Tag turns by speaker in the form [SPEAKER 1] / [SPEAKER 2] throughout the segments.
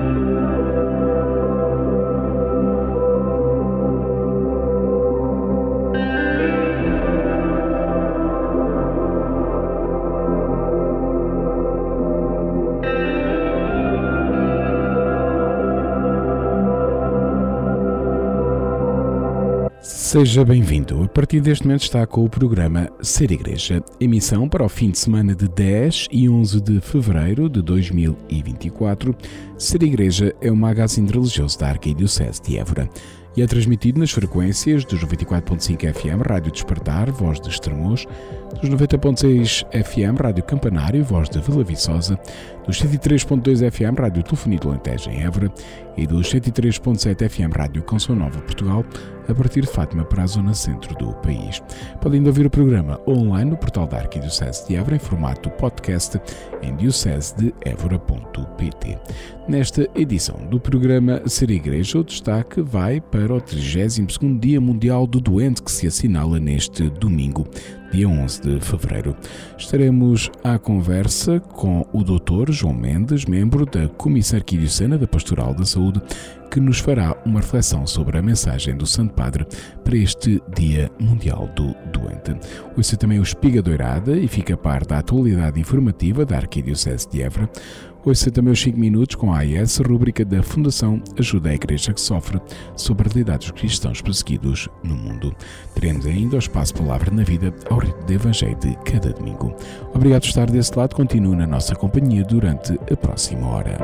[SPEAKER 1] Seja bem-vindo. A partir deste momento está com o programa Ser Igreja, emissão para o fim de semana de 10 e 11 de fevereiro de 2024. Ser Igreja é um magazine religioso da Arquidiocese de Évora e é transmitido nas frequências dos 94.5 FM Rádio Despertar, Voz de Estremoz, dos 90.6 FM Rádio Campanário, Voz de Vila Viçosa, dos 103.2 FM Rádio Telefonia do Alentejo em Évora e dos 103.7 FM Rádio Canção Nova Portugal, a partir de Fátima para a zona centro do país. Podem ouvir o programa online no portal da Arquidiocese de Évora em formato podcast em diocesedeevora.pt. Nesta edição do programa Ser Igreja, o destaque vai para o 32º Dia Mundial do Doente, que se assinala neste domingo, dia 11 de fevereiro. Estaremos à conversa com o Dr. João Mendes, membro da Comissão Arquidiocesana da Pastoral da Saúde, que nos fará uma reflexão sobre a mensagem do Santo Padre para este Dia Mundial do Doente. Ouça também o Espiga Doirada e fica a par da atualidade informativa da Arquidiocese de Évora. Ouça também os 5 minutos com a AES, rubrica da Fundação Ajuda à Igreja que Sofre, sobre a realidade dos cristãos perseguidos no mundo. Teremos ainda o espaço Palavra na Vida ao ritmo do Evangelho de cada domingo. Obrigado por estar desse lado. Continue na nossa companhia durante a próxima hora.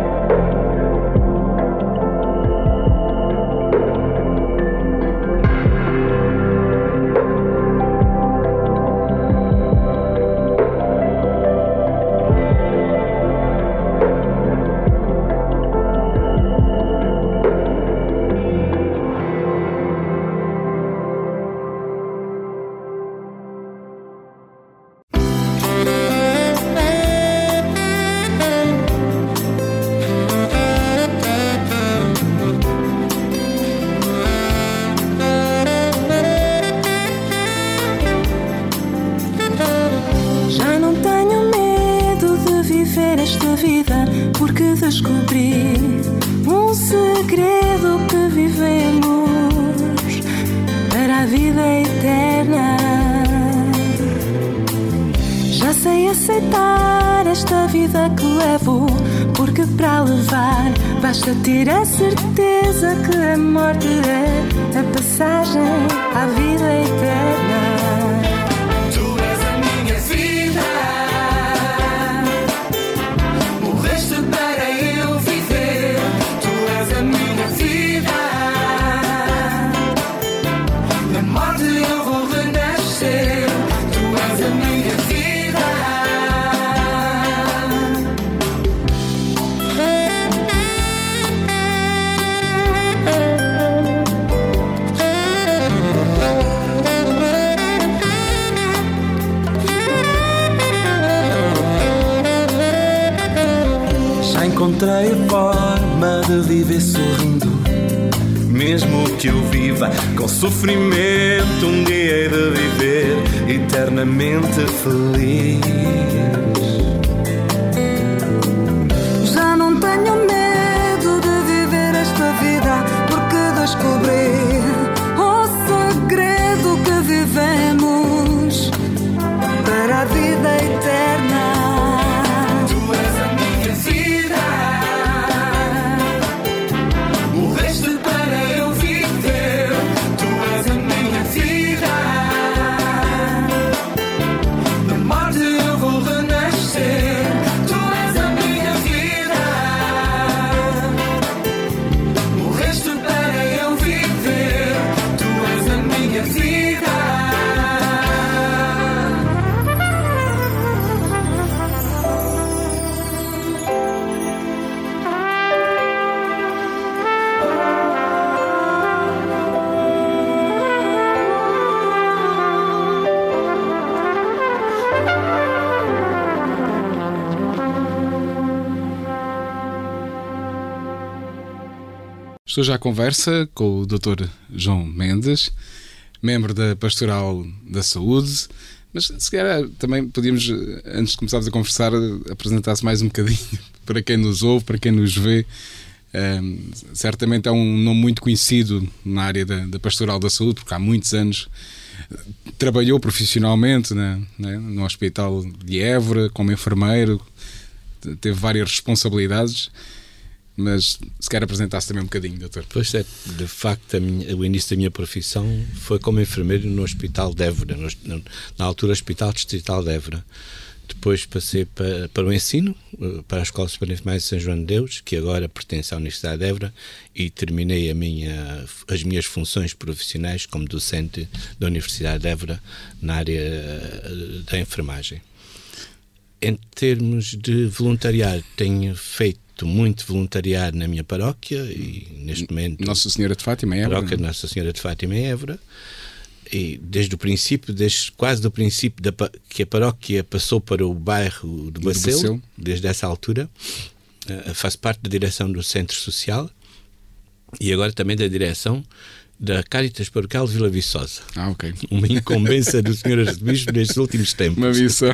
[SPEAKER 2] Basta ter a certeza que a morte é a passagem à vida eterna. Tu és a minha vida, morreste para eu viver. Tu és a minha vida, na morte eu vou renascer. Tu és a minha vida.
[SPEAKER 3] Encontrei a forma de viver sorrindo, mesmo que eu viva com sofrimento, um dia hei de viver eternamente feliz.
[SPEAKER 2] Já não tenho medo de viver esta vida, porque descobri o segredo que vivemos para a vida eterna.
[SPEAKER 1] Estou já à conversa com o Dr. João Mendes, membro da Pastoral da Saúde, Mas se calhar também podíamos, antes de começarmos a conversar, apresentar-se mais um bocadinho para quem nos ouve, para quem nos vê. Certamente é um nome muito conhecido na área da pastoral da saúde, porque há muitos anos trabalhou profissionalmente no Hospital de Évora como enfermeiro, teve várias responsabilidades. Mas se quer apresentar-se também um bocadinho, doutor.
[SPEAKER 4] Pois é, de facto o início da minha profissão foi como enfermeiro no Hospital de Évora, na altura Hospital Distrital de Évora. Depois passei para o ensino, para a Escola Superior de Enfermagem de São João de Deus, que agora pertence à Universidade de Évora, e terminei as minhas funções profissionais como docente da Universidade de Évora na área da enfermagem. Em termos de voluntariado, tenho feito muito voluntariado na minha paróquia e neste momento
[SPEAKER 1] Nossa Senhora de Fátima em Évora.
[SPEAKER 4] Paróquia de Nossa Senhora de Fátima em Évora, e quase do princípio que a paróquia passou para o bairro do Baceu, desde essa altura faço parte da direção do Centro Social e agora também da direção da Caritas Paroquial de Vila Viçosa.
[SPEAKER 1] Ok.
[SPEAKER 4] Uma incumbência do Sr. Arcebispo nestes últimos tempos.
[SPEAKER 1] Uma missão.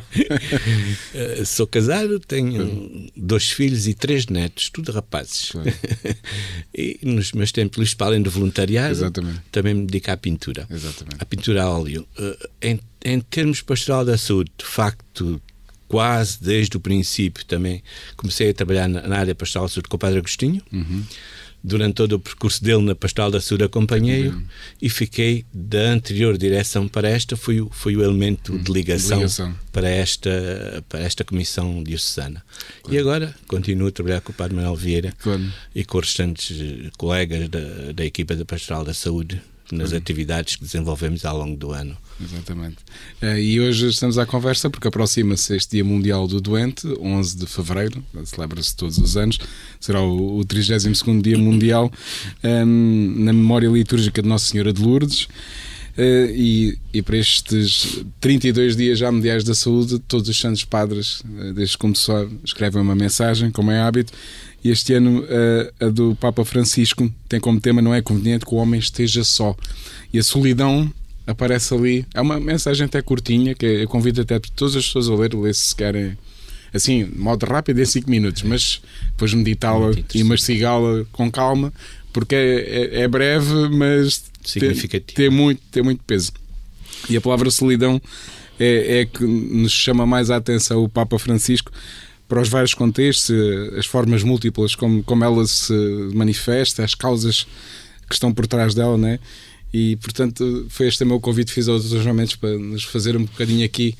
[SPEAKER 4] Sou casado, tenho 2 filhos e 3 netos, tudo rapazes.
[SPEAKER 1] Claro.
[SPEAKER 4] E nos meus tempos livres, para além do voluntariado,
[SPEAKER 1] Exatamente.
[SPEAKER 4] também me dedico à pintura.
[SPEAKER 1] Exatamente.
[SPEAKER 4] À pintura a óleo. Em termos pastoral da saúde, de facto, quase desde o princípio também comecei a trabalhar na área pastoral da saúde com o Padre Agostinho.
[SPEAKER 1] Uhum.
[SPEAKER 4] Durante todo o percurso dele na pastoral da saúde acompanhei-o e fiquei da anterior direção para esta, fui o elemento de ligação para esta comissão diocesana. Claro. E agora continuo a trabalhar com o Padre Manuel Vieira e com os restantes colegas da equipa da pastoral da saúde nas atividades que desenvolvemos ao longo do ano.
[SPEAKER 1] Exatamente. E hoje estamos à conversa porque aproxima-se este Dia Mundial do Doente, 11 de Fevereiro, celebra-se todos os anos, será o 32º Dia Mundial na memória litúrgica de Nossa Senhora de Lourdes. E para estes 32 dias já mundiais da saúde, todos os santos padres, desde que começou, escrevem uma mensagem, como é hábito, e este ano a do Papa Francisco tem como tema: não é conveniente que o homem esteja só. E a solidão aparece ali. É uma mensagem até curtinha, que eu convido até todas as pessoas a ler se querem, assim, de modo rápido, em 5 minutos, mas depois meditá-la e mastigá-la com calma, porque é breve, mas tem muito peso. E a palavra solidão é que nos chama mais a atenção o Papa Francisco para os vários contextos, as formas múltiplas como ela se manifesta, as causas que estão por trás dela, né? E portanto foi este o meu convite que fiz aos outros momentos para nos fazer um bocadinho aqui,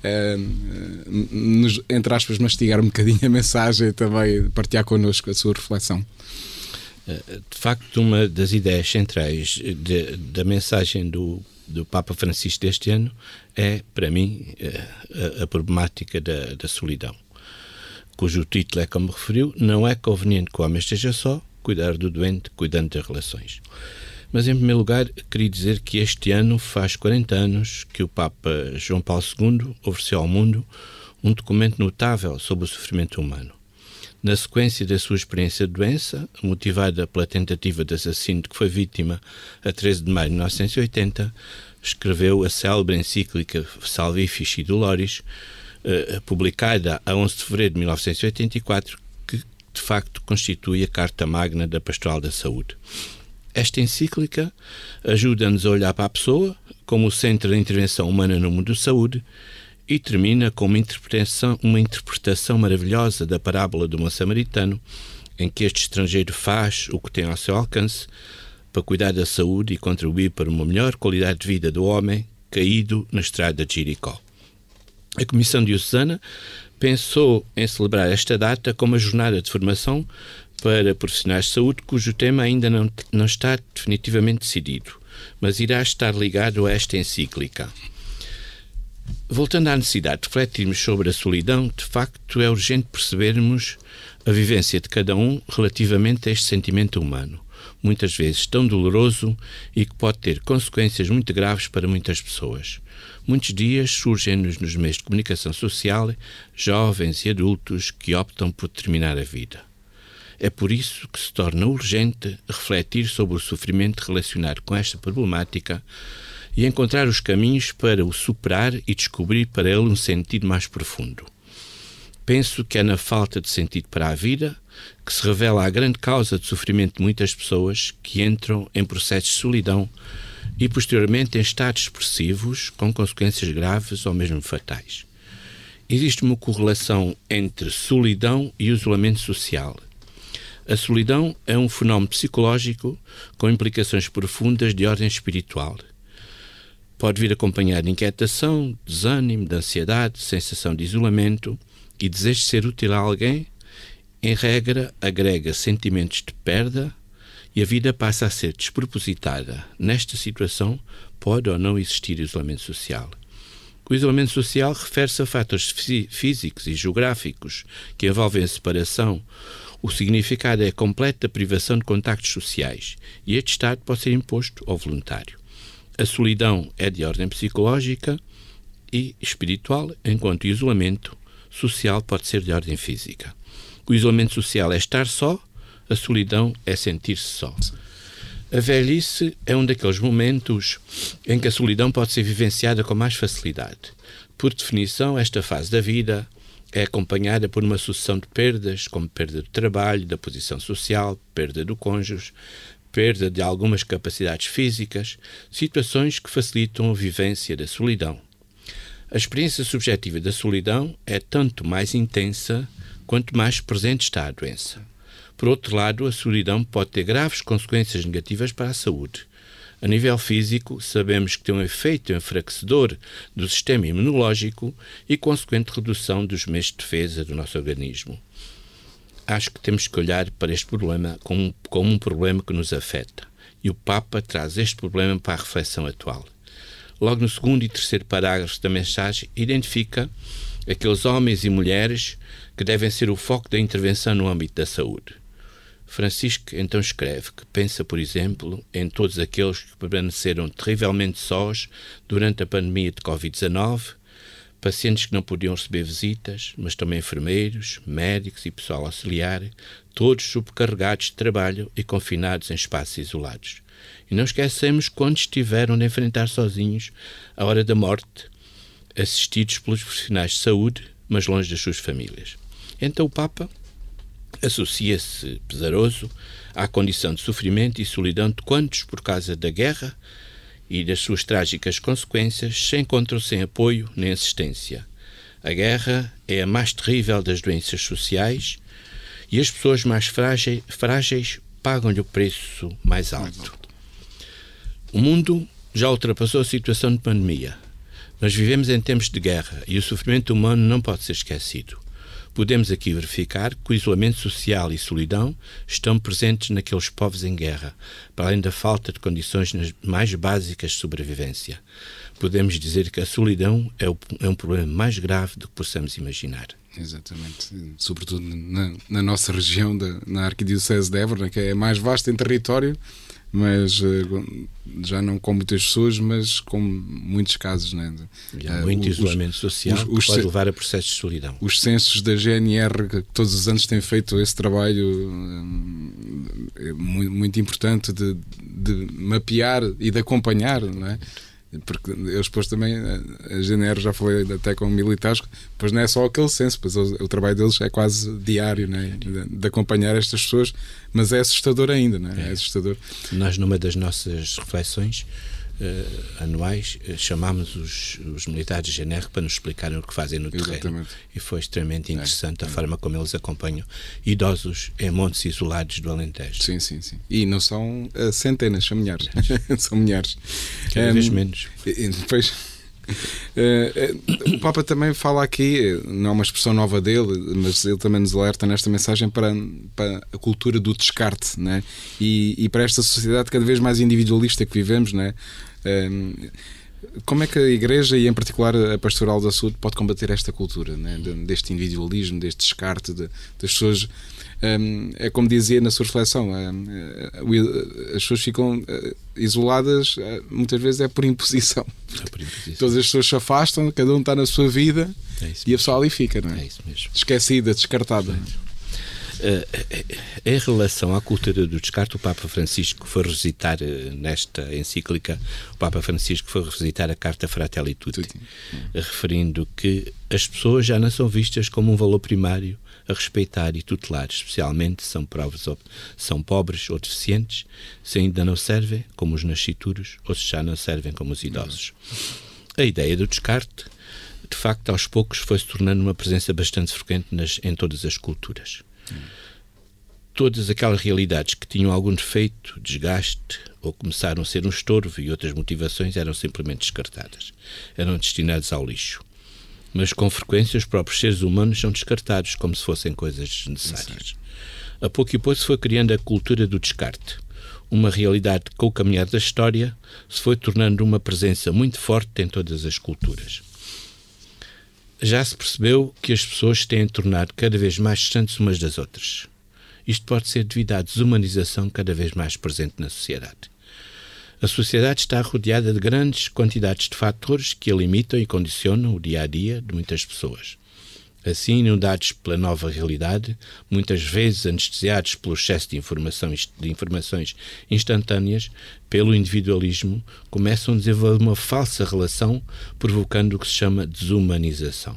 [SPEAKER 1] entre aspas, mastigar um bocadinho a mensagem e também partilhar connosco a sua reflexão.
[SPEAKER 4] De facto, uma das ideias centrais da mensagem do Papa Francisco deste ano é, para mim, a problemática da solidão, cujo título é, como referiu, não é conveniente que o homem esteja só, cuidar do doente, cuidando das relações. Mas, em primeiro lugar, queria dizer que este ano faz 40 anos que o Papa João Paulo II ofereceu ao mundo um documento notável sobre o sofrimento humano. Na sequência da sua experiência de doença, motivada pela tentativa de assassino de que foi vítima a 13 de maio de 1980, escreveu a célebre encíclica Salvifici Doloris, publicada a 11 de fevereiro de 1984, que de facto constitui a Carta Magna da Pastoral da Saúde. Esta encíclica ajuda-nos a olhar para a pessoa como o centro da intervenção humana no mundo da saúde e termina com uma interpretação maravilhosa da parábola do bom samaritano, em que este estrangeiro faz o que tem ao seu alcance para cuidar da saúde e contribuir para uma melhor qualidade de vida do homem caído na estrada de Jericó. A Comissão Diocesana pensou em celebrar esta data como uma jornada de formação para profissionais de saúde cujo tema ainda não está definitivamente decidido, mas irá estar ligado a esta encíclica. Voltando à necessidade de refletirmos sobre a solidão, de facto é urgente percebermos a vivência de cada um relativamente a este sentimento humano, muitas vezes tão doloroso e que pode ter consequências muito graves para muitas pessoas. Muitos dias surgem-nos nos meios de comunicação social jovens e adultos que optam por terminar a vida. É por isso que se torna urgente refletir sobre o sofrimento relacionado com esta problemática e encontrar os caminhos para o superar e descobrir para ele um sentido mais profundo. Penso que é na falta de sentido para a vida que se revela a grande causa de sofrimento de muitas pessoas que entram em processos de solidão e posteriormente em estados depressivos com consequências graves ou mesmo fatais. Existe uma correlação entre solidão e isolamento social. A solidão é um fenómeno psicológico com implicações profundas de ordem espiritual. Pode vir acompanhado de inquietação, desânimo, de ansiedade, sensação de isolamento e desejo de ser útil a alguém. Em regra, agrega sentimentos de perda e a vida passa a ser despropositada. Nesta situação, pode ou não existir isolamento social. O isolamento social refere-se a fatores físicos e geográficos que envolvem a separação. O significado é a completa privação de contactos sociais e este estado pode ser imposto ou voluntário. A solidão é de ordem psicológica e espiritual, enquanto o isolamento social pode ser de ordem física. O isolamento social é estar só, a solidão é sentir-se só. A velhice é um daqueles momentos em que a solidão pode ser vivenciada com mais facilidade. Por definição, esta fase da vida é acompanhada por uma sucessão de perdas, como perda do trabalho, da posição social, perda do cônjuge, perda de algumas capacidades físicas, situações que facilitam a vivência da solidão. A experiência subjetiva da solidão é tanto mais intensa quanto mais presente está a doença. Por outro lado, a solidão pode ter graves consequências negativas para a saúde. A nível físico, sabemos que tem um efeito enfraquecedor do sistema imunológico e consequente redução dos meios de defesa do nosso organismo. Acho que temos que olhar para este problema como um problema que nos afeta. E o Papa traz este problema para a reflexão atual. Logo no segundo e terceiro parágrafo da mensagem, identifica aqueles homens e mulheres que devem ser o foco da intervenção no âmbito da saúde. Francisco então escreve que pensa, por exemplo, em todos aqueles que permaneceram terrivelmente sós durante a pandemia de Covid-19, pacientes que não podiam receber visitas, mas também enfermeiros, médicos e pessoal auxiliar, todos sobrecarregados de trabalho e confinados em espaços isolados. E não esquecemos quando estiveram a enfrentar sozinhos a hora da morte, assistidos pelos profissionais de saúde, mas longe das suas famílias. Então o Papa associa-se pesaroso à condição de sofrimento e solidão de quantos, por causa da guerra e das suas trágicas consequências, se encontram sem apoio nem assistência. A guerra é a mais terrível das doenças sociais e as pessoas mais frágeis pagam-lhe o preço mais alto. O mundo já ultrapassou a situação de pandemia, mas vivemos em tempos de guerra e o sofrimento humano não pode ser esquecido. Podemos aqui verificar que o isolamento social e solidão estão presentes naqueles povos em guerra, para além da falta de condições mais básicas de sobrevivência. Podemos dizer que a solidão é um problema mais grave do que possamos imaginar.
[SPEAKER 1] Exatamente, sobretudo na nossa região, na Arquidiocese de Évora, que é mais vasta em território, mas já não com muitas pessoas, mas com muitos casos, né?
[SPEAKER 4] Há muito isolamento social que pode levar a processos de solidão.
[SPEAKER 1] Os censos da GNR, que todos os anos têm feito esse trabalho muito importante de mapear e de acompanhar, não é? Porque eles depois também, a GNR, já falei até com militares, depois não é só aquele censo, pois o trabalho deles é quase diário, né? De acompanhar estas pessoas, mas é assustador ainda, né? É assustador. Nós,
[SPEAKER 4] numa das nossas reflexões anuais, chamámos os militares de GNR para nos explicarem o que fazem no terreno. Exatamente. E foi extremamente interessante a forma como eles acompanham idosos em montes isolados do Alentejo.
[SPEAKER 1] Sim. E não são centenas, são milhares. São milhares.
[SPEAKER 4] Cada vez menos.
[SPEAKER 1] Depois, o Papa também fala aqui, não é uma expressão nova dele, mas ele também nos alerta nesta mensagem para a cultura do descarte, né? E para esta sociedade cada vez mais individualista que vivemos, né? Como é que a Igreja, e em particular a Pastoral da Saúde, pode combater esta cultura, né? Deste individualismo, deste descarte das pessoas? É como dizia na sua reflexão, as pessoas ficam isoladas, muitas vezes é por imposição. Todas as pessoas se afastam, cada um está na sua vida e a pessoa ali fica, não é?
[SPEAKER 4] É isso mesmo.
[SPEAKER 1] Esquecida, descartada.
[SPEAKER 4] Em relação à cultura do descarte, o Papa Francisco foi revisitar, nesta encíclica, o Papa Francisco foi revisitar a Carta Fratelli Tutti, referindo que as pessoas já não são vistas como um valor primário a respeitar e tutelar, especialmente se são pobres ou deficientes, se ainda não servem como os nascituros ou se já não servem como os idosos. A ideia do descarte, de facto, aos poucos foi-se tornando uma presença bastante frequente em todas as culturas. Todas aquelas realidades que tinham algum defeito, desgaste, ou começaram a ser um estorvo e outras motivações eram simplesmente descartadas. Eram destinadas ao lixo. Mas com frequência os próprios seres humanos são descartados como se fossem coisas desnecessárias. A pouco e pouco se foi criando a cultura do descarte. Uma realidade que, com o caminhar da história, se foi tornando uma presença muito forte em todas as culturas. Já se percebeu que as pessoas se têm tornado cada vez mais distantes umas das outras. Isto pode ser devido à desumanização cada vez mais presente na sociedade. A sociedade está rodeada de grandes quantidades de fatores que a limitam e condicionam o dia-a-dia de muitas pessoas. Assim, inundados pela nova realidade, muitas vezes anestesiados pelo excesso de informações instantâneas, pelo individualismo, começam a desenvolver uma falsa relação, provocando o que se chama desumanização.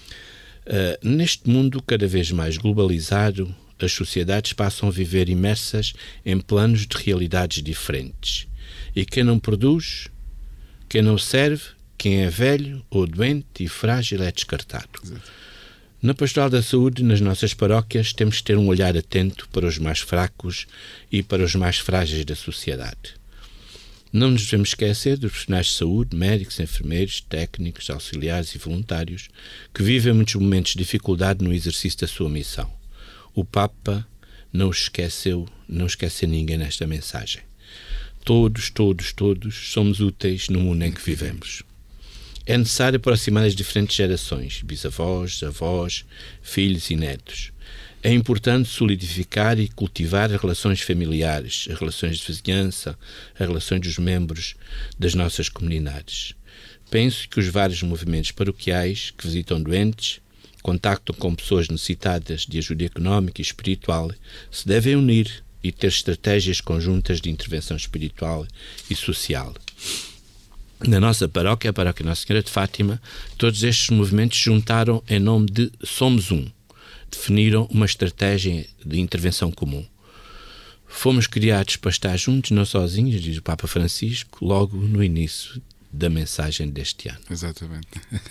[SPEAKER 4] Neste mundo cada vez mais globalizado, as sociedades passam a viver imersas em planos de realidades diferentes. E quem não produz, quem não serve, quem é velho ou doente e frágil é descartado. Exato. Na Pastoral da Saúde, nas nossas paróquias, temos que ter um olhar atento para os mais fracos e para os mais frágeis da sociedade. Não nos devemos esquecer dos profissionais de saúde, médicos, enfermeiros, técnicos, auxiliares e voluntários, que vivem muitos momentos de dificuldade no exercício da sua missão. O Papa não esquece ninguém nesta mensagem. Todos somos úteis no mundo em que vivemos. É necessário aproximar as diferentes gerações, bisavós, avós, filhos e netos. É importante solidificar e cultivar as relações familiares, as relações de vizinhança, as relações dos membros das nossas comunidades. Penso que os vários movimentos paroquiais que visitam doentes, contactam com pessoas necessitadas de ajuda económica e espiritual, se devem unir e ter estratégias conjuntas de intervenção espiritual e social. Na nossa paróquia, a Paróquia Nossa Senhora de Fátima, todos estes movimentos se juntaram em nome de Somos Um. Definiram uma estratégia de intervenção comum. Fomos criados para estar juntos, não sozinhos, diz o Papa Francisco, logo no início da mensagem deste ano.
[SPEAKER 1] Exatamente.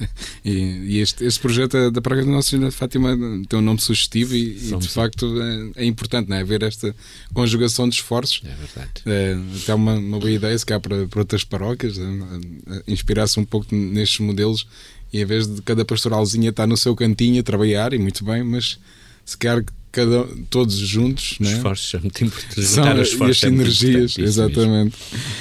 [SPEAKER 1] E este projeto da Paróquia Nossa Senhora de Fátima tem um nome sugestivo e de facto é importante, não é? Ver esta conjugação de esforços.
[SPEAKER 4] É verdade.
[SPEAKER 1] Até uma boa ideia, se calhar para outras paróquias, inspirar-se um pouco nestes modelos e em vez de cada pastoralzinha estar no seu cantinho a trabalhar, e muito bem, mas se calhar todos juntos,
[SPEAKER 4] os esforços são muito importantes. São
[SPEAKER 1] as sinergias, exatamente.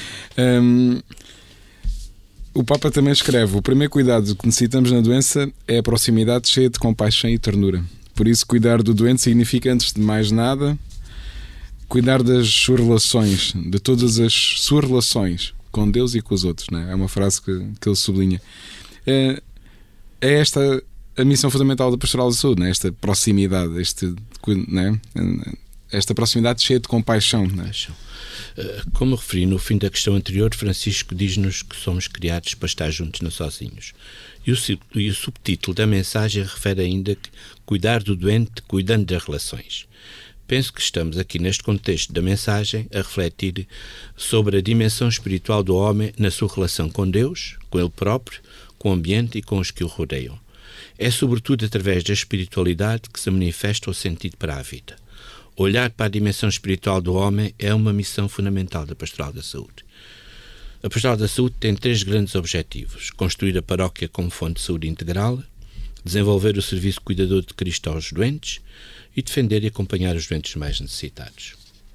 [SPEAKER 1] O Papa também escreve: o primeiro cuidado que necessitamos na doença é a proximidade cheia de compaixão e ternura. Por isso, cuidar do doente significa, antes de mais nada, cuidar das suas relações, de todas as suas relações com Deus e com os outros, não é? É uma frase que ele sublinha. É esta a missão fundamental da Pastoral da Saúde, não é? Esta proximidade, não é? Esta proximidade cheia de compaixão, não é?
[SPEAKER 4] Como referi no fim da questão anterior, Francisco diz-nos que somos criados para estar juntos, não sozinhos. E o subtítulo da mensagem refere ainda que cuidar do doente, cuidando das relações. Penso que estamos aqui neste contexto da mensagem a refletir sobre a dimensão espiritual do homem na sua relação com Deus, com ele próprio, com o ambiente e com os que o rodeiam. É sobretudo através da espiritualidade que se manifesta o sentido para a vida. Olhar para a dimensão espiritual do homem é uma missão fundamental da Pastoral da Saúde. A Pastoral da Saúde tem 3 grandes objetivos: construir a paróquia como fonte de saúde integral, desenvolver o serviço cuidador de Cristo aos doentes e defender e acompanhar os doentes mais necessitados.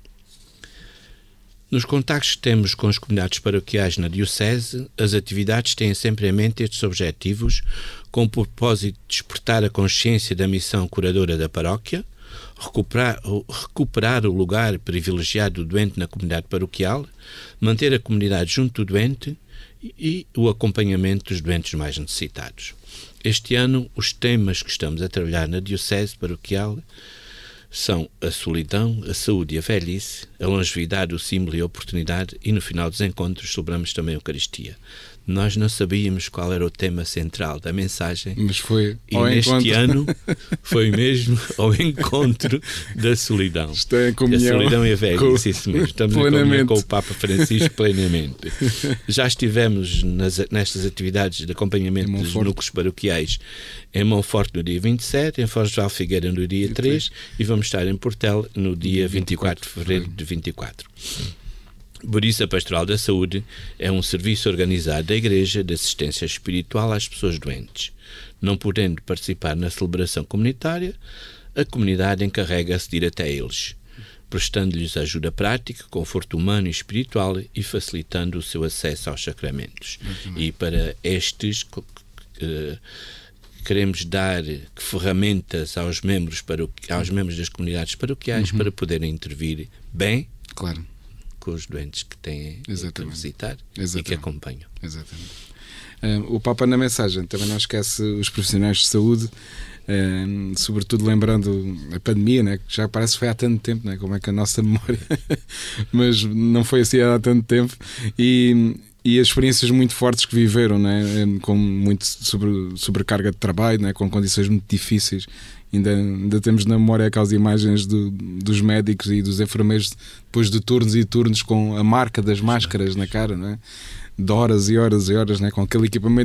[SPEAKER 4] Nos contactos que temos com as comunidades paroquiais na Diocese, as atividades têm sempre em mente estes objetivos, com o propósito de despertar a consciência da missão curadora da paróquia, recuperar o lugar privilegiado do doente na comunidade paroquial, manter a comunidade junto do doente e o acompanhamento dos doentes mais necessitados. Este ano, os temas que estamos a trabalhar na Diocese paroquial São a solidão, a saúde e a velhice, a longevidade, o símbolo e a oportunidade, e no final dos encontros celebramos também a Eucaristia. Nós não sabíamos qual era o tema central da mensagem,
[SPEAKER 1] mas foi
[SPEAKER 4] e neste ano foi mesmo ao encontro da solidão.
[SPEAKER 1] Está em comunhão.
[SPEAKER 4] A solidão e a velhice, isso mesmo. Estamos em comunhão com o Papa Francisco plenamente. Já estivemos nestas atividades de acompanhamento dos núcleos paroquiais em Monforte no dia 27, em Foz de Valfigueira no dia 3 e vamos estar em Portel no dia 24 de fevereiro de 24. Por isso, a Pastoral da Saúde é um serviço organizado da Igreja de assistência espiritual às pessoas doentes. Não podendo participar na celebração comunitária, a comunidade encarrega-se de ir até eles, prestando-lhes ajuda prática, conforto humano e espiritual e facilitando o seu acesso aos sacramentos. E para estes queremos dar ferramentas aos membros das comunidades paroquiais para poderem intervir bem,
[SPEAKER 1] claro,
[SPEAKER 4] com os doentes que têm que visitar e que acompanham.
[SPEAKER 1] Exatamente. O Papa na mensagem também não esquece os profissionais de saúde, sobretudo lembrando a pandemia, né, que já parece que foi há tanto tempo, né, como é que a nossa memória mas não foi assim há tanto tempo, e as experiências muito fortes que viveram, né, com muito sobrecarga de trabalho, né, com condições muito difíceis. Ainda temos na memória aquelas imagens dos médicos e dos enfermeiros depois de turnos e turnos com a marca das máscaras na cara, não é? De horas e horas e horas, né? Com aquele equipamento.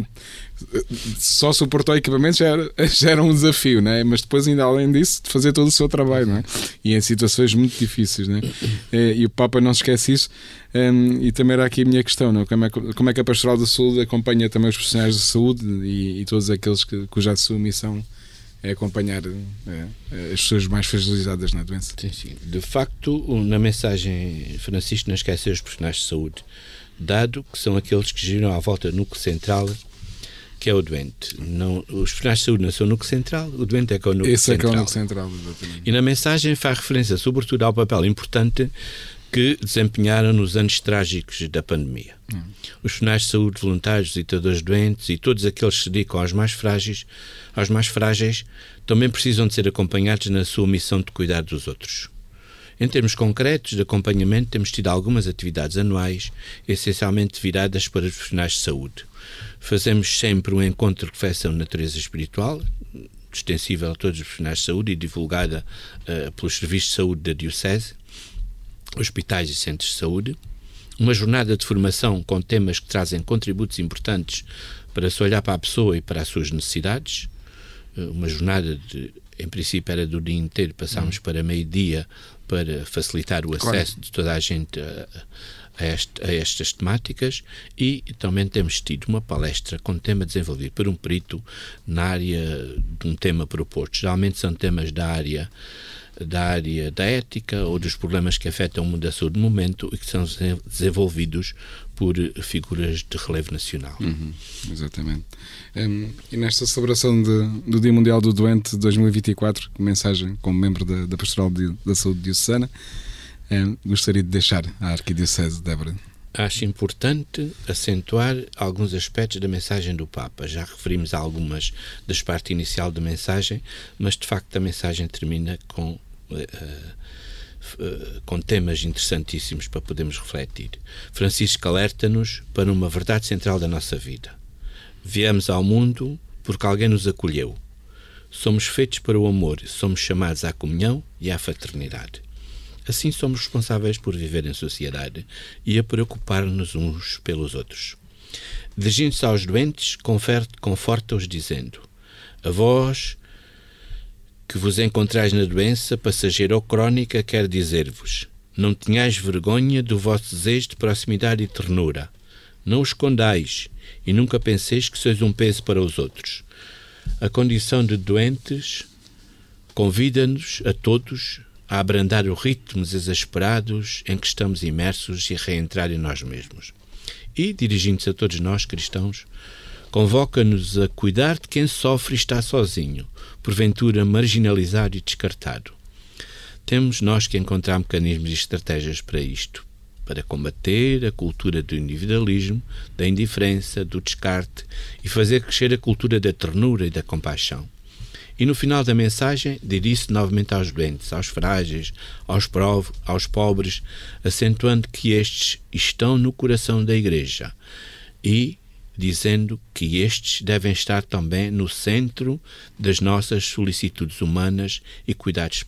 [SPEAKER 1] Só suportar o equipamento já era um desafio, né? Mas depois, ainda além disso, de fazer todo o seu trabalho, né? E em situações muito difíceis, né? E o Papa não esquece isso. E também era aqui a minha questão, não? Como é que a Pastoral da Saúde acompanha também os profissionais de saúde e todos aqueles cuja sua missão é acompanhar as pessoas mais fragilizadas na doença.
[SPEAKER 4] Sim. De facto, na mensagem, Francisco não esquece os profissionais de saúde, dado que são aqueles que giram à volta do núcleo central, que é o doente. Não, os profissionais de saúde não são o núcleo central, o doente é que é o núcleo central.
[SPEAKER 1] Esse é que é o núcleo central, exatamente.
[SPEAKER 4] E na mensagem faz referência, sobretudo, ao papel importante que desempenharam nos anos trágicos da pandemia. Os profissionais de saúde, voluntários, visitadores doentes e todos aqueles que se dedicam aos mais frágeis, também precisam de ser acompanhados na sua missão de cuidar dos outros. Em termos concretos de acompanhamento, temos tido algumas atividades anuais, essencialmente viradas para os profissionais de saúde. Fazemos sempre um encontro de reflexão de natureza espiritual, extensível a todos os profissionais de saúde e divulgada pelos serviços de saúde da Diocese, hospitais e centros de saúde, uma jornada de formação com temas que trazem contributos importantes para se olhar para a pessoa e para as suas necessidades, uma jornada em princípio era do dia inteiro, passámos para meio-dia para facilitar o acesso de toda a gente a estas temáticas, e também temos tido uma palestra com tema desenvolvido por um perito na área de um tema proposto. Geralmente são temas da área da ética ou dos problemas que afetam o mundo da saúde no momento e que são desenvolvidos por figuras de relevo nacional.
[SPEAKER 1] Exatamente. E nesta celebração do Dia Mundial do Doente de 2024, mensagem como membro da Pastoral da Saúde Diocesana, gostaria de deixar à Arquidiocese de Évora.
[SPEAKER 4] Acho importante acentuar alguns aspectos da mensagem do Papa. Já referimos a algumas das partes inicial da mensagem, mas de facto a mensagem termina com temas interessantíssimos para podermos refletir. Francisco alerta-nos para uma verdade central da nossa vida. Viemos ao mundo porque alguém nos acolheu. Somos feitos para o amor, somos chamados à comunhão e à fraternidade. Assim somos responsáveis por viver em sociedade e a preocupar-nos uns pelos outros. Dirigindo-se aos doentes, conforta-os dizendo: a vós que vos encontrais na doença, passageira ou crónica, quero dizer-vos: não tenhais vergonha do vosso desejo de proximidade e ternura. Não o escondais e nunca penseis que sois um peso para os outros. A condição de doentes convida-nos a todos a abrandar os ritmos exasperados em que estamos imersos e a reentrar em nós mesmos. E, dirigindo-se a todos nós, cristãos, convoca-nos a cuidar de quem sofre e está sozinho, porventura marginalizado e descartado. Temos nós que encontrar mecanismos e estratégias para isto, para combater a cultura do individualismo, da indiferença, do descarte e fazer crescer a cultura da ternura e da compaixão. E no final da mensagem dirige-se novamente aos doentes, aos frágeis, aos pobres, acentuando que estes estão no coração da Igreja e dizendo que estes devem estar também no centro das nossas solicitudes humanas e cuidados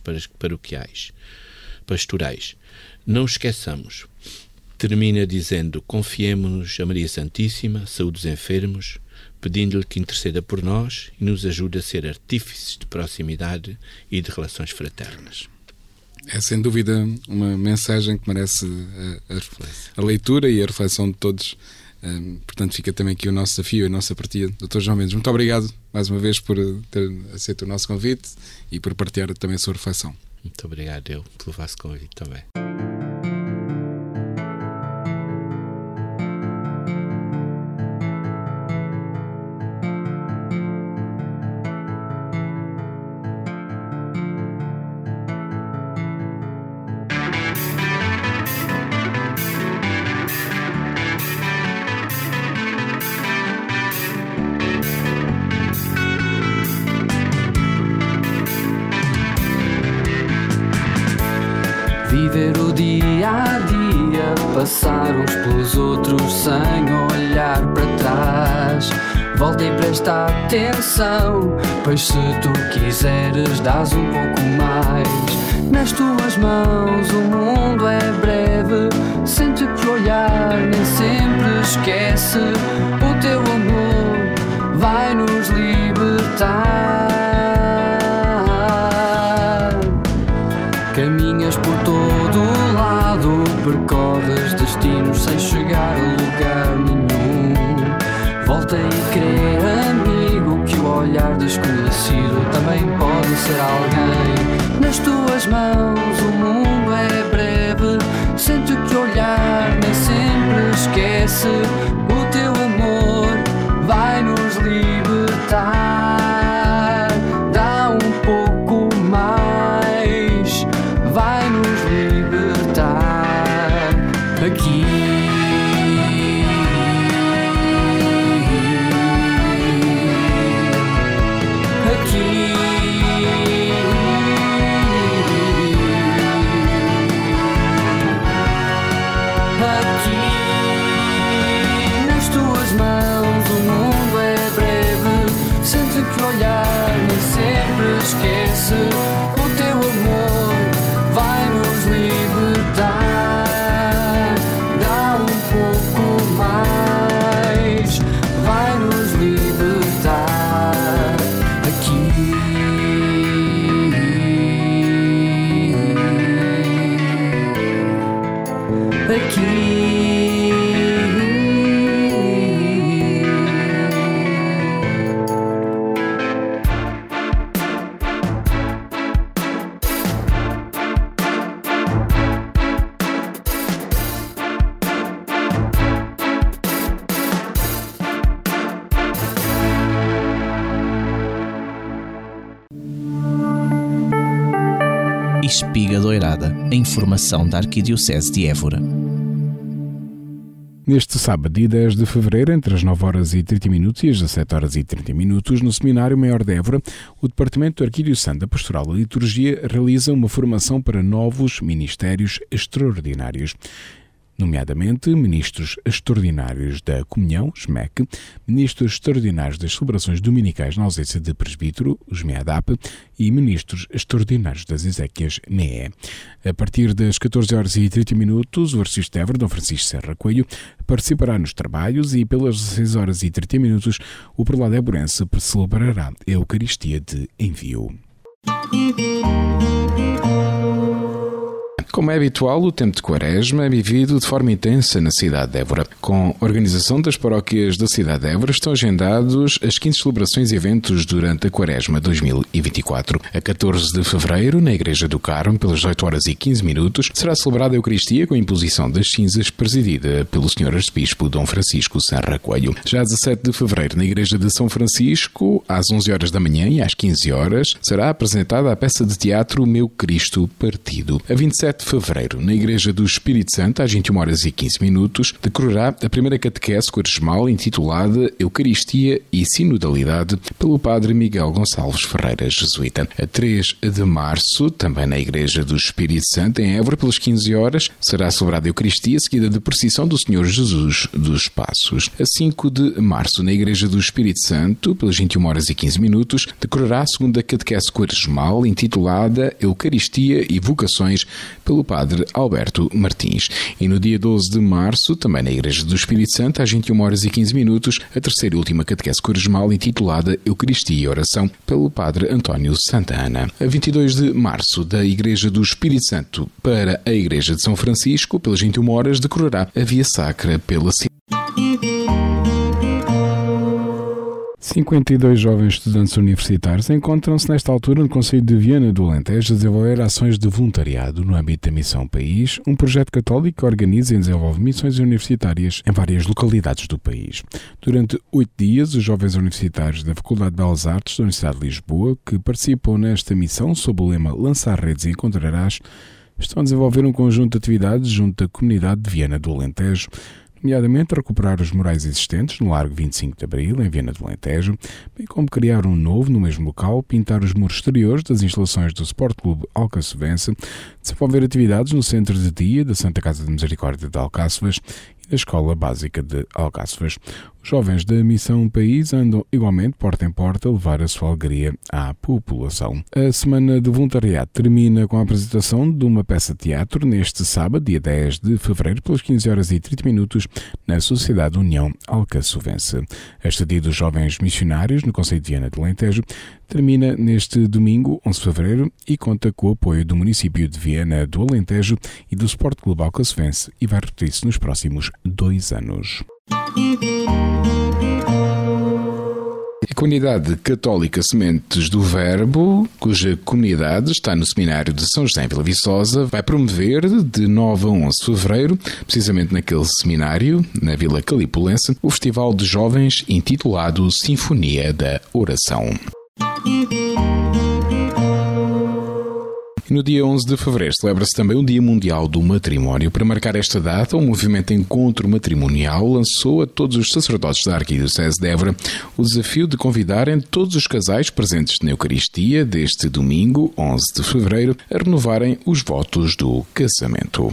[SPEAKER 4] pastorais. Não esqueçamos. Termina dizendo: confiemo-nos a Maria Santíssima, saúde dos enfermos, pedindo-lhe que interceda por nós e nos ajude a ser artífices de proximidade e de relações fraternas.
[SPEAKER 1] É sem dúvida uma mensagem que merece a leitura e a reflexão de todos. Portanto, fica também aqui o nosso desafio, a nossa partida. Dr. João Mendes, muito obrigado mais uma vez por ter aceito o nosso convite e por partilhar também a sua reflexão.
[SPEAKER 4] Muito obrigado eu pelo vosso convite também.
[SPEAKER 5] Viver o dia a dia, passar uns pelos outros sem olhar para trás. Volta e presta atenção, pois se tu quiseres dás um pouco mais. Nas tuas mãos o mundo é breve, sente que olhar nem sempre esquece. O teu amor vai nos libertar. Caminhas por todo lado, percorres destinos sem chegar a lugar nenhum. Volta e crê, amigo, que o olhar desconhecido também pode ser alguém. Nas tuas mãos o mundo é breve, sente que olhar nem sempre esquece. O teu amor vai nos libertar. Dá um pouco mais, vai nos libertar. Aqui nas tuas mãos o mundo é breve, sente que olhar nem sempre esquece. O teu amor vai nos libertar. Dá um pouco mais, vai nos libertar. Aqui
[SPEAKER 6] Espiga Doirada, a informação da Arquidiocese de Évora.
[SPEAKER 1] Neste sábado, dia 10 de fevereiro, entre as 9h30 e as 17h30, no Seminário Maior de Évora, o Departamento Arquidiocesano da Pastoral da Liturgia realiza uma formação para novos ministérios extraordinários, nomeadamente ministros extraordinários da Comunhão, SMEC, ministros extraordinários das celebrações dominicais na ausência de presbítero, os MEADAP, e ministros extraordinários das Exéquias, MEE. A partir das 14h30, o arcebispo de Évora, Dom Francisco Serra Coelho, participará nos trabalhos e pelas 16h30 o prelado évorense celebrará a Eucaristia de Envio. Como é habitual, o tempo de Quaresma é vivido de forma intensa na cidade de Évora. Com a organização das paróquias da cidade de Évora, estão agendados as 15 celebrações e eventos durante a Quaresma 2024. A 14 de fevereiro, na Igreja do Carmo, pelas 18h15, será celebrada a Eucaristia com a imposição das cinzas, presidida pelo Sr. Arcebispo Dom Francisco Serra Coelho. Já a 17 de fevereiro, na Igreja de São Francisco, às 11h da manhã e às 15h, será apresentada a peça de teatro Meu Cristo Partido. A 27 de fevereiro, na Igreja do Espírito Santo, às 21h15, decorrerá a primeira catequese quaresmal intitulada Eucaristia e Sinodalidade pelo Padre Miguel Gonçalves Ferreira, jesuíta. A 3 de março, também na Igreja do Espírito Santo, em Évora, pelas 15 horas, será celebrada a Eucaristia, seguida de procissão do Senhor Jesus dos Passos. A 5 de março, na Igreja do Espírito Santo, pelas 21h15, decorrerá a segunda catequese quaresmal intitulada Eucaristia e Vocações pelo Padre Alberto Martins. E no dia 12 de março, também na Igreja do Espírito Santo, às 21h15, a terceira e última catequese quaresmal intitulada Eucaristia e Oração pelo Padre António Santa Ana. A 22 de março, da Igreja do Espírito Santo para a Igreja de São Francisco, pelas 21 horas, decorrerá a Via Sacra pela
[SPEAKER 7] 52 jovens estudantes universitários encontram-se nesta altura no Conselho de Viana do Alentejo a desenvolver ações de voluntariado no âmbito da Missão País, um projeto católico que organiza e desenvolve missões universitárias em várias localidades do país. Durante 8 dias, os jovens universitários da Faculdade de Belas Artes da Universidade de Lisboa, que participam nesta missão sob o lema Lançar Redes e Encontrarás, estão a desenvolver um conjunto de atividades junto à comunidade de Viana do Alentejo, nomeadamente recuperar os murais existentes no Largo 25 de Abril, em Viana do Alentejo, bem como criar um novo no mesmo local, pintar os muros exteriores das instalações do Sport Clube Alcaçovense, desenvolver atividades no Centro de Dia da Santa Casa de Misericórdia de Alcáçovas e da Escola Básica de Alcáçovas. Os jovens da Missão País andam igualmente porta em porta a levar a sua alegria à população. A semana de voluntariado termina com a apresentação de uma peça de teatro neste sábado, dia 10 de fevereiro, pelas 15h30, na Sociedade União Alcaçovense. A estadia dos jovens missionários no Concelho de Viana do Alentejo termina neste domingo, 11 de fevereiro, e conta com o apoio do município de Viana do Alentejo e do Sport Clube Alcaçovense e vai repetir-se nos próximos 2 anos.
[SPEAKER 1] A comunidade católica Sementes do Verbo, cuja comunidade está no seminário de São José em Vila Viçosa, vai promover de 9 a 11 de fevereiro, precisamente naquele seminário, na Vila Calipulense, o Festival de Jovens intitulado Sinfonia da Oração. No dia 11 de fevereiro celebra-se também o Dia Mundial do Matrimónio. Para marcar esta data, o movimento Encontro Matrimonial lançou a todos os sacerdotes da Arquidiocese de Évora o desafio de convidarem todos os casais presentes na Eucaristia deste domingo, 11 de fevereiro, a renovarem os votos do casamento.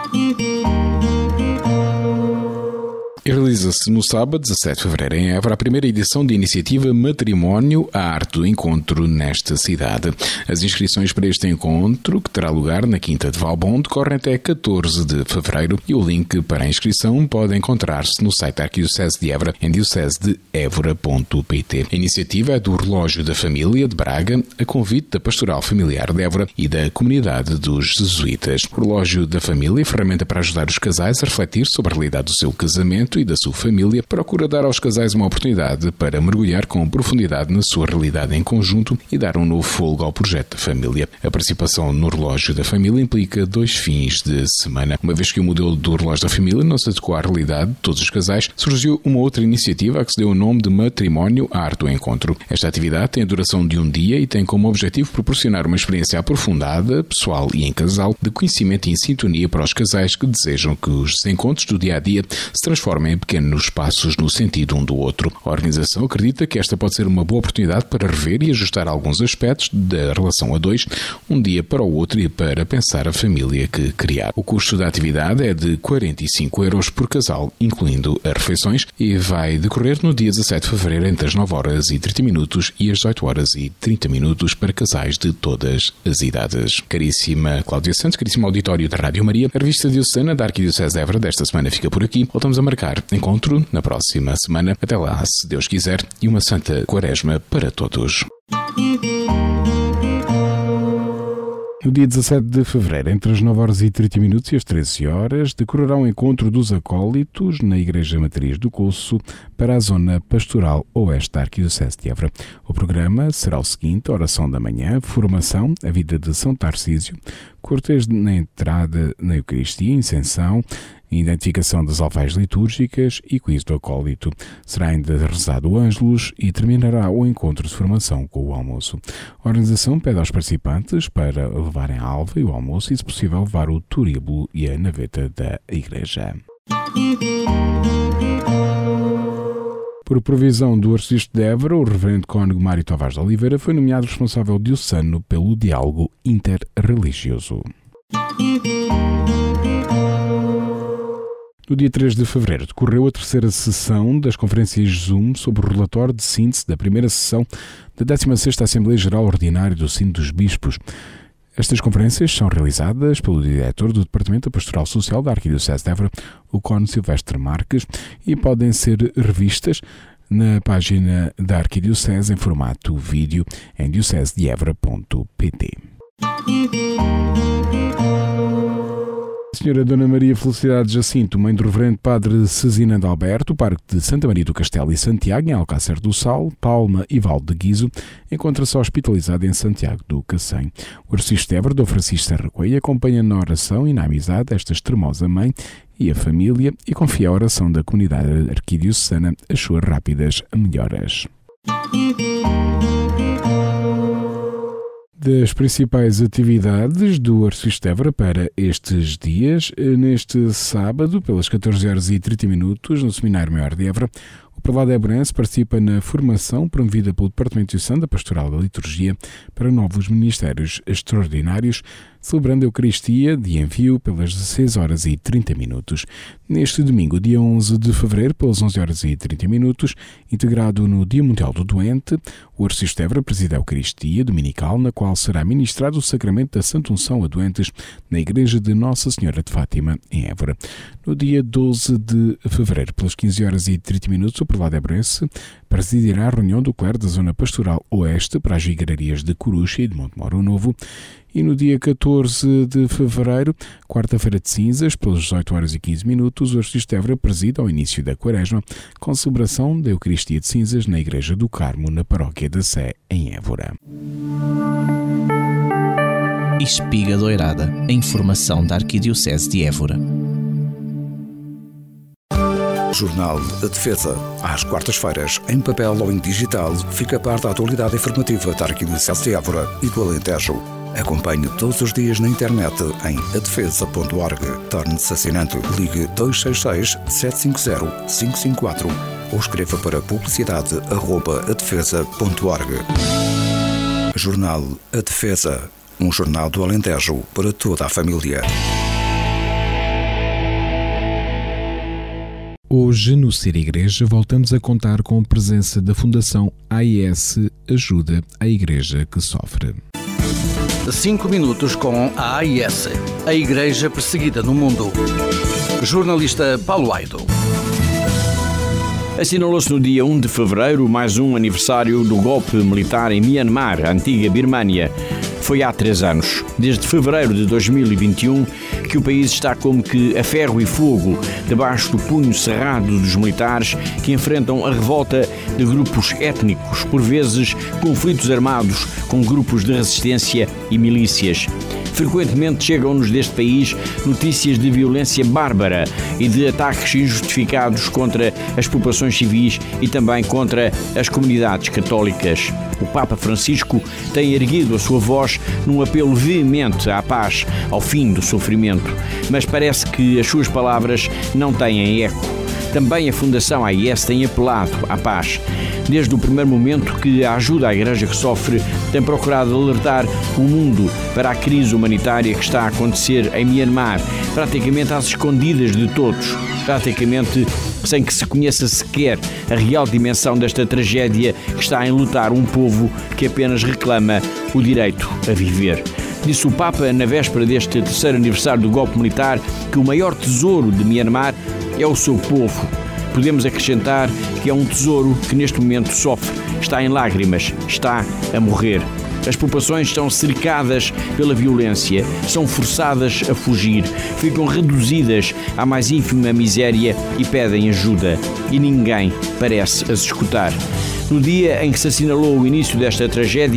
[SPEAKER 1] Realiza-se no sábado, 17 de fevereiro, em Évora, a primeira edição da iniciativa Matrimónio, a Arte do Encontro nesta cidade. As inscrições para este encontro, que terá lugar na Quinta de Valbom, decorrem até 14 de fevereiro e o link para a inscrição pode encontrar-se no site da Arquidiocese de Évora, em diocesedeevora.pt. A iniciativa é do Relógio da Família de Braga, a convite da Pastoral Familiar de Évora e da Comunidade dos Jesuítas. O Relógio da Família, ferramenta para ajudar os casais a refletir sobre a realidade do seu casamento e da sua família, procura dar aos casais uma oportunidade para mergulhar com profundidade na sua realidade em conjunto e dar um novo fôlego ao projeto da família. A participação no Relógio da Família implica 2 fins de semana. Uma vez que o modelo do Relógio da Família não se adequou à realidade de todos os casais, surgiu uma outra iniciativa a que se deu o nome de Matrimónio, a Arte do Encontro. Esta atividade tem a duração de um dia e tem como objetivo proporcionar uma experiência aprofundada, pessoal e em casal, de conhecimento e em sintonia para os casais que desejam que os encontros do dia-a-dia se transformem em pequenos passos no sentido um do outro. A organização acredita que esta pode ser uma boa oportunidade para rever e ajustar alguns aspectos da relação a dois, um dia para o outro e para pensar a família que criar. O custo da atividade é de 45 € por casal, incluindo as refeições, e vai decorrer no dia 17 de fevereiro entre as 9h30 e as 18h30 para casais de todas as idades. Caríssima Cláudia Santos, caríssimo auditório da Rádio Maria, a revista diocesana da Arquidiocese de Évora desta semana fica por aqui. Voltamos a marcar encontro na próxima semana. Até lá, se Deus quiser, e uma santa quaresma para todos.
[SPEAKER 7] No dia 17 de fevereiro, entre as 9h30 e as 13h, decorrerá um encontro dos acólitos na Igreja Matriz do Coço para a zona pastoral oeste da Arquidiocese de Évora. O programa será o seguinte: oração da manhã, formação, a vida de São Tarcísio, cortejo na entrada na Eucaristia, incensão, identificação das alfaias litúrgicas e quiz do acólito. Será ainda rezado o Ângelus e terminará o encontro de formação com o almoço. A organização pede aos participantes para levarem a alva e o almoço e, se possível, levar o turíbulo e a naveta da igreja. Por provisão do Arcebispo de Évora, o Reverendo Cônego Mário Tavares de Oliveira foi nomeado responsável diocesano pelo diálogo interreligioso. No dia 3 de fevereiro decorreu a terceira sessão das conferências Zoom sobre o relatório de síntese da primeira sessão da 16ª Assembleia Geral Ordinária do Sínodo dos Bispos. Estas conferências são realizadas pelo diretor do Departamento da Pastoral Social da Arquidiocese de Évora, o Cônego Silvestre Marques, e podem ser revistas na página da Arquidiocese em formato vídeo em diocesedeevora.pt. A Senhora Dona Maria Felicidade Jacinto, mãe do Reverendo Padre Cezinando Alberto, Parque de Santa Maria do Castelo e Santiago, em Alcácer do Sal, Palma e Val de Guizo, encontra-se hospitalizada em Santiago do Cacém. O Arcebispo de Évora, Dom Francisco Serra Coelho, acompanha na oração e na amizade esta extremosa mãe e a família e confia a oração da comunidade arquidiocesana as suas rápidas melhoras. Das principais atividades do Arcebispo de Évora para estes dias, neste sábado, pelas 14h30, no Seminário Maior de Évora, o prelado évorense participa na formação promovida pelo Departamento Diocesano da Pastoral da Liturgia para novos ministérios extraordinários, celebrando a Eucaristia de envio pelas 16h30. Neste domingo, dia 11 de fevereiro, pelas 11h30, integrado no Dia Mundial do Doente, o Arcebispo de Évora preside a Eucaristia dominical, na qual será ministrado o sacramento da Santa Unção a doentes na Igreja de Nossa Senhora de Fátima, em Évora. No dia 12 de fevereiro, pelas 15h30, o prelado évorense presidirá a reunião do clero da Zona Pastoral Oeste para as vigararias de Coruxa e de Montemoro Novo. E no dia 14 de fevereiro, quarta-feira de cinzas, pelas 18h15, o Arcebispo de Évora preside ao início da Quaresma, com celebração da Eucaristia de Cinzas na Igreja do Carmo, na Paróquia da Sé, em Évora.
[SPEAKER 6] Espiga Doirada, a informação da Arquidiocese de Évora.
[SPEAKER 8] Jornal A Defesa. Às quartas-feiras, em papel ou em digital, fica a par da atualidade informativa da Arquidiocese de Évora e do Alentejo. Acompanhe todos os dias na internet em adefesa.org. Torne-se assinante. Ligue 266-750-554 ou escreva para publicidade@adefesa.org. Jornal A Defesa. Um jornal do Alentejo para toda a família.
[SPEAKER 7] Hoje, no Ser Igreja, voltamos a contar com a presença da Fundação AIS Ajuda à Igreja que Sofre.
[SPEAKER 9] 5 minutos com a AIS, a Igreja Perseguida no Mundo. Jornalista Paulo Aido.
[SPEAKER 10] Assinalou-se no dia 1 de fevereiro mais um aniversário do golpe militar em Myanmar, a antiga Birmânia. Foi há 3 anos, desde fevereiro de 2021, que o país está como que a ferro e fogo, debaixo do punho cerrado dos militares que enfrentam a revolta de grupos étnicos, por vezes conflitos armados com grupos de resistência e milícias. Frequentemente chegam-nos deste país notícias de violência bárbara e de ataques injustificados contra as populações civis e também contra as comunidades católicas. O Papa Francisco tem erguido a sua voz num apelo veemente à paz, ao fim do sofrimento, mas parece que as suas palavras não têm eco. Também a Fundação AIS tem apelado à paz. Desde o primeiro momento que a Ajuda à Igreja que Sofre tem procurado alertar o mundo para a crise humanitária que está a acontecer em Myanmar, praticamente às escondidas de todos, praticamente sem que se conheça sequer a real dimensão desta tragédia que está a enlutar um povo que apenas reclama o direito a viver. Disse o Papa, na véspera deste terceiro aniversário do golpe militar, que o maior tesouro de Myanmar é o seu povo. Podemos acrescentar que é um tesouro que neste momento sofre, está em lágrimas, está a morrer. As populações estão cercadas pela violência, são forçadas a fugir, ficam reduzidas à mais ínfima miséria e pedem ajuda. E ninguém parece as escutar. No dia em que se assinalou o início desta tragédia,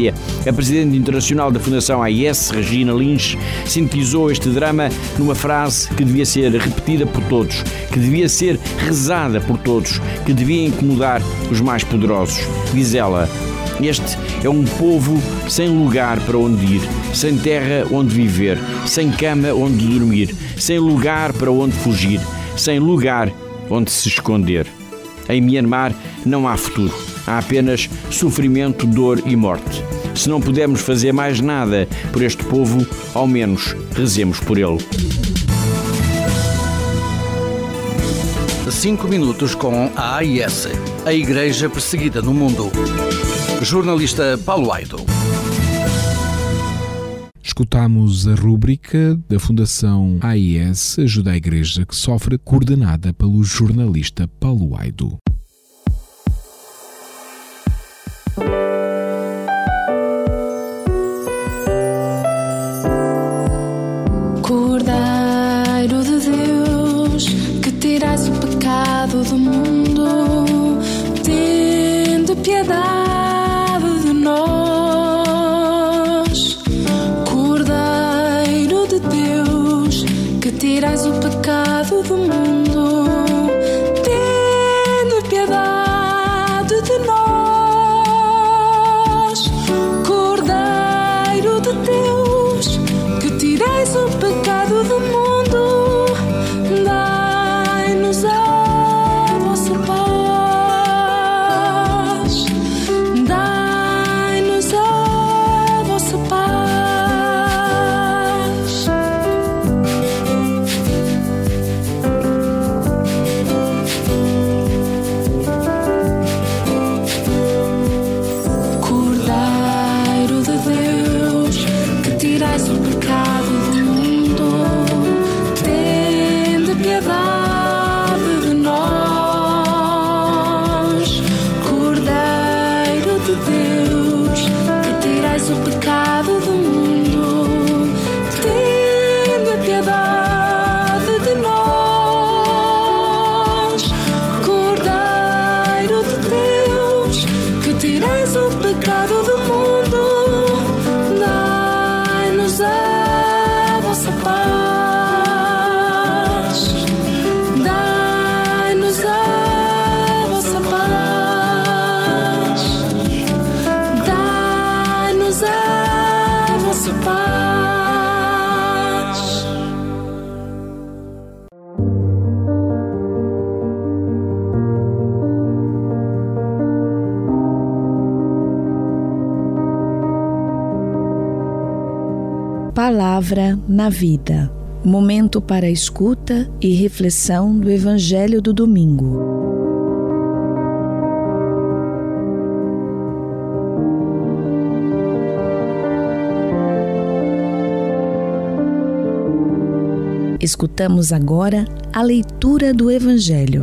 [SPEAKER 10] A presidente internacional da Fundação AIS, Regina Lins, sintetizou este drama numa frase que devia ser repetida por todos, que devia ser rezada por todos, que devia incomodar os mais poderosos. Diz ela: este é um povo sem lugar para onde ir, sem terra onde viver, sem cama onde dormir, sem lugar para onde fugir, sem lugar onde se esconder. Em Myanmar não há futuro, há apenas sofrimento, dor e morte. Se não pudermos fazer mais nada por este povo, ao menos rezemos por ele.
[SPEAKER 9] 5 minutos com a AIS, a Igreja Perseguida no Mundo. Jornalista Paulo Aido.
[SPEAKER 1] Escutamos a rúbrica da Fundação AIS Ajuda a Igreja que Sofre, coordenada pelo jornalista Paulo Aido.
[SPEAKER 2] Cordeiro de Deus, que tirais o pecado do mundo, tende piedade de nós. Cordeiro de Deus, que tirais o pecado do mundo, tende piedade de nós. Cordeiro de Deus, que tirais o pecado do mundo, dai-nos a vossa paz. Dai-nos a vossa paz. Cordeiro de Deus, que tirais o pecado do mundo, tende piedade de nós. Cordeiro de Deus, que tirais o pecado do mundo, tende piedade de nós. Cordeiro de Deus, que tirais o pecado do mundo, dai-nos a vossa paz. Dai-nos a vossa paz. Dai-nos a vossa paz.
[SPEAKER 11] Palavra na Vida. Momento para a escuta e reflexão do Evangelho do domingo. Escutamos agora a leitura do Evangelho.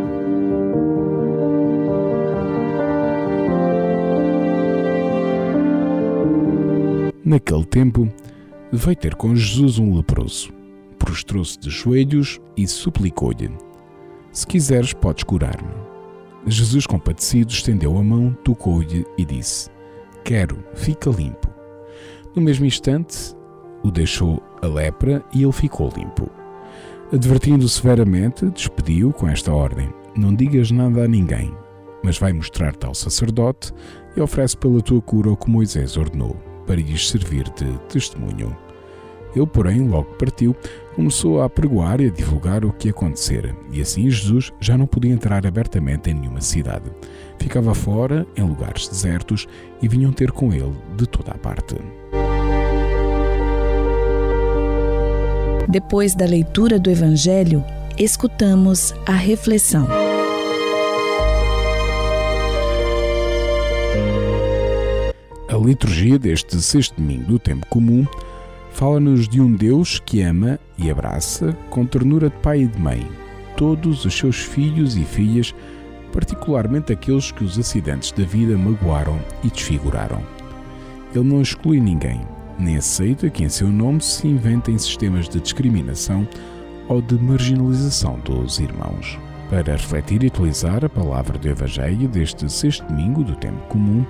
[SPEAKER 1] Naquele tempo, veio ter com Jesus um leproso. Prostrou-se de joelhos e suplicou-lhe: se quiseres, podes curar-me. Jesus, compadecido, estendeu a mão, tocou-lhe e disse: quero, fica limpo. No mesmo instante, o deixou a lepra e ele ficou limpo. Advertindo-o severamente, despediu com esta ordem: não digas nada a ninguém, mas vai mostrar-te ao sacerdote e oferece pela tua cura o que Moisés ordenou, para lhes servir de testemunho. Ele, porém, logo partiu, começou a apregoar e a divulgar o que acontecera, e assim Jesus já não podia entrar abertamente em nenhuma cidade. Ficava fora, em lugares desertos, e vinham ter com ele de toda a parte.
[SPEAKER 11] Depois da leitura do Evangelho, escutamos a reflexão.
[SPEAKER 1] A liturgia deste sexto domingo do tempo comum fala-nos de um Deus que ama e abraça com ternura de pai e de mãe todos os seus filhos e filhas, particularmente aqueles que os acidentes da vida magoaram e desfiguraram. Ele não exclui ninguém, nem aceita que em seu nome se inventem sistemas de discriminação ou de marginalização dos irmãos. Para refletir e utilizar a palavra do Evangelho deste sexto domingo do tempo comum,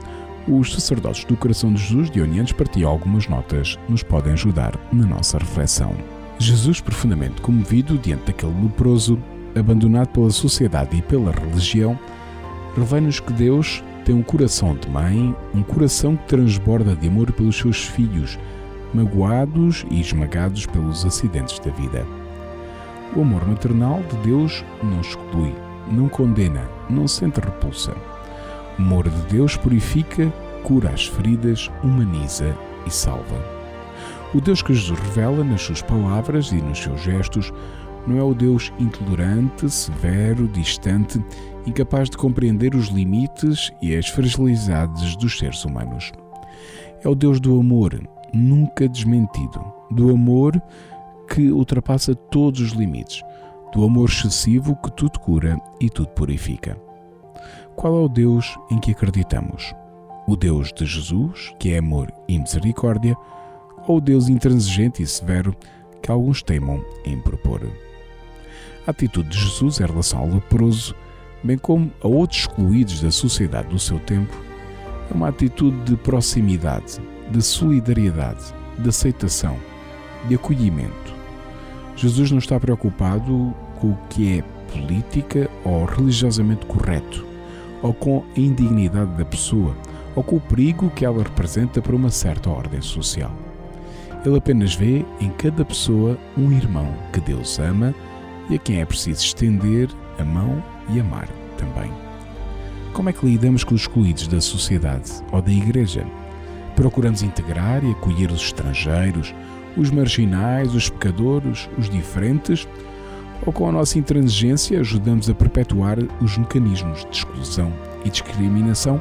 [SPEAKER 7] Os sacerdotes do Coração de Jesus dionianos partilham algumas notas que nos podem ajudar na nossa reflexão. Jesus, profundamente comovido diante daquele leproso, abandonado pela sociedade e pela religião, revela-nos que Deus tem um coração de mãe, um coração que transborda de amor pelos seus filhos, magoados e esmagados pelos acidentes da vida. O amor maternal de Deus não exclui, não condena, não sente repulsa. O amor de Deus purifica, cura as feridas, humaniza e salva. O Deus que Jesus revela nas suas palavras e nos seus gestos não é o Deus intolerante, severo, distante, incapaz de compreender os limites e as fragilidades dos seres humanos. É o Deus do amor, nunca desmentido, do amor que ultrapassa todos os limites, do amor excessivo que tudo cura e tudo purifica. Qual é o Deus em que acreditamos? O Deus de Jesus, que é amor e misericórdia, ou o Deus intransigente e severo que alguns teimam em propor? A atitude de Jesus em relação ao leproso, bem como a outros excluídos da sociedade do seu tempo, é uma atitude de proximidade, de solidariedade, de aceitação, de acolhimento. Jesus não está preocupado com o que é política ou religiosamente correto, ou com a indignidade da pessoa, ou com o perigo que ela representa para uma certa ordem social. Ele apenas vê em cada pessoa um irmão que Deus ama e a quem é preciso estender a mão e amar também. Como é que lidamos com os excluídos da sociedade ou da Igreja? Procuramos integrar e acolher os estrangeiros, os marginais, os pecadores, os diferentes, ou com a nossa intransigência ajudamos a perpetuar os mecanismos de exclusão e discriminação?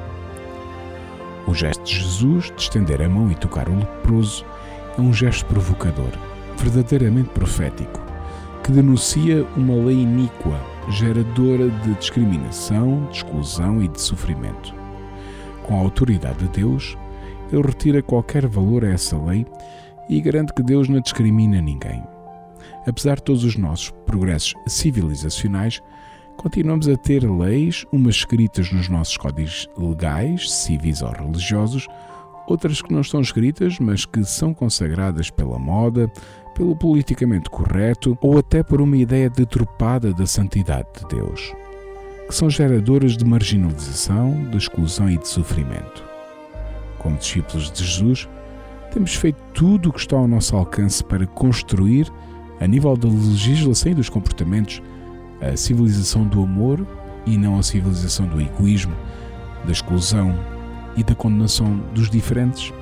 [SPEAKER 7] O gesto de Jesus de estender a mão e tocar o leproso é um gesto provocador, verdadeiramente profético, que denuncia uma lei iníqua, geradora de discriminação, de exclusão e de sofrimento. Com a autoridade de Deus, ele retira qualquer valor a essa lei e garante que Deus não discrimina ninguém. Apesar de todos os nossos progressos civilizacionais, continuamos a ter leis, umas escritas nos nossos códigos legais, civis ou religiosos, outras que não estão escritas, mas que são consagradas pela moda, pelo politicamente correto ou até por uma ideia deturpada da santidade de Deus, que são geradoras de marginalização, de exclusão e de sofrimento. Como discípulos de Jesus, temos feito tudo o que está ao nosso alcance para construir, a nível da legislação e dos comportamentos, a civilização do amor e não a civilização do egoísmo, da exclusão e da condenação dos diferentes.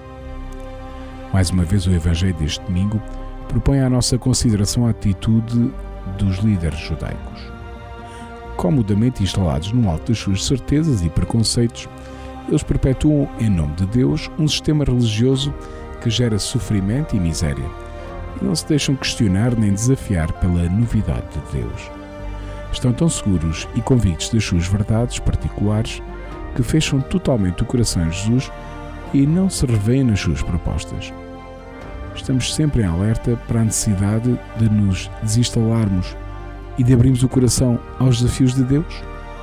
[SPEAKER 7] Mais uma vez, o Evangelho deste domingo propõe à nossa consideração a atitude dos líderes judaicos. Comodamente instalados no alto das suas certezas e preconceitos, eles perpetuam, em nome de Deus, um sistema religioso que gera sofrimento e miséria, e não se deixam questionar nem desafiar pela novidade de Deus. Estão tão seguros e convictos das suas verdades particulares que fecham totalmente o coração em Jesus e não se revêem nas suas propostas. Estamos sempre em alerta para a necessidade de nos desinstalarmos e de abrirmos o coração aos desafios de Deus.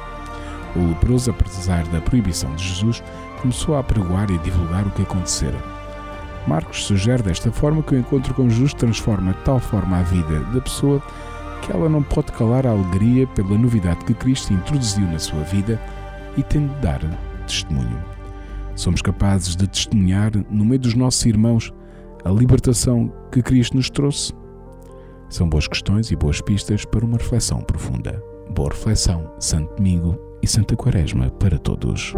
[SPEAKER 7] O leproso, apesar da proibição de Jesus, começou a apregoar e divulgar o que acontecera. Marcos sugere desta forma que o encontro com Jesus transforma de tal forma a vida da pessoa que ela não pode calar a alegria pela novidade que Cristo introduziu na sua vida e tem de dar testemunho. Somos capazes de testemunhar no meio dos nossos irmãos a libertação que Cristo nos trouxe? São boas questões e boas pistas para uma reflexão profunda. Boa reflexão, Santo Domingo e Santa Quaresma para todos.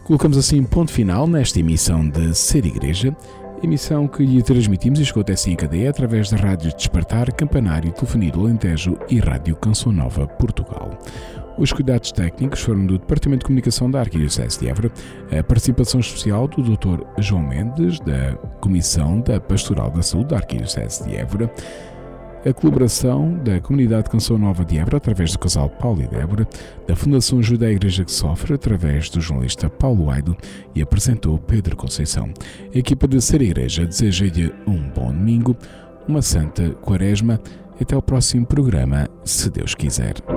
[SPEAKER 1] Colocamos assim ponto final nesta emissão de Ser Igreja, emissão que lhe transmitimos e chegou até si em cadeia através da Rádio Despertar, Campanário, Telefonia do Alentejo e Rádio Canção Nova Portugal. Os cuidados técnicos foram do Departamento de Comunicação da Arquidiocese de Évora, a participação especial do Dr. João Mendes, da Comissão da Pastoral da Saúde da Arquidiocese de Évora, a colaboração da Comunidade Canção Nova de Évora, através do casal Paulo e Débora, da Fundação Ajuda à Igreja que Sofre, através do jornalista Paulo Aido, e apresentou Pedro Conceição. A equipa de Ser Igreja deseja-lhe um bom domingo, uma santa quaresma, e até ao próximo programa, se Deus quiser.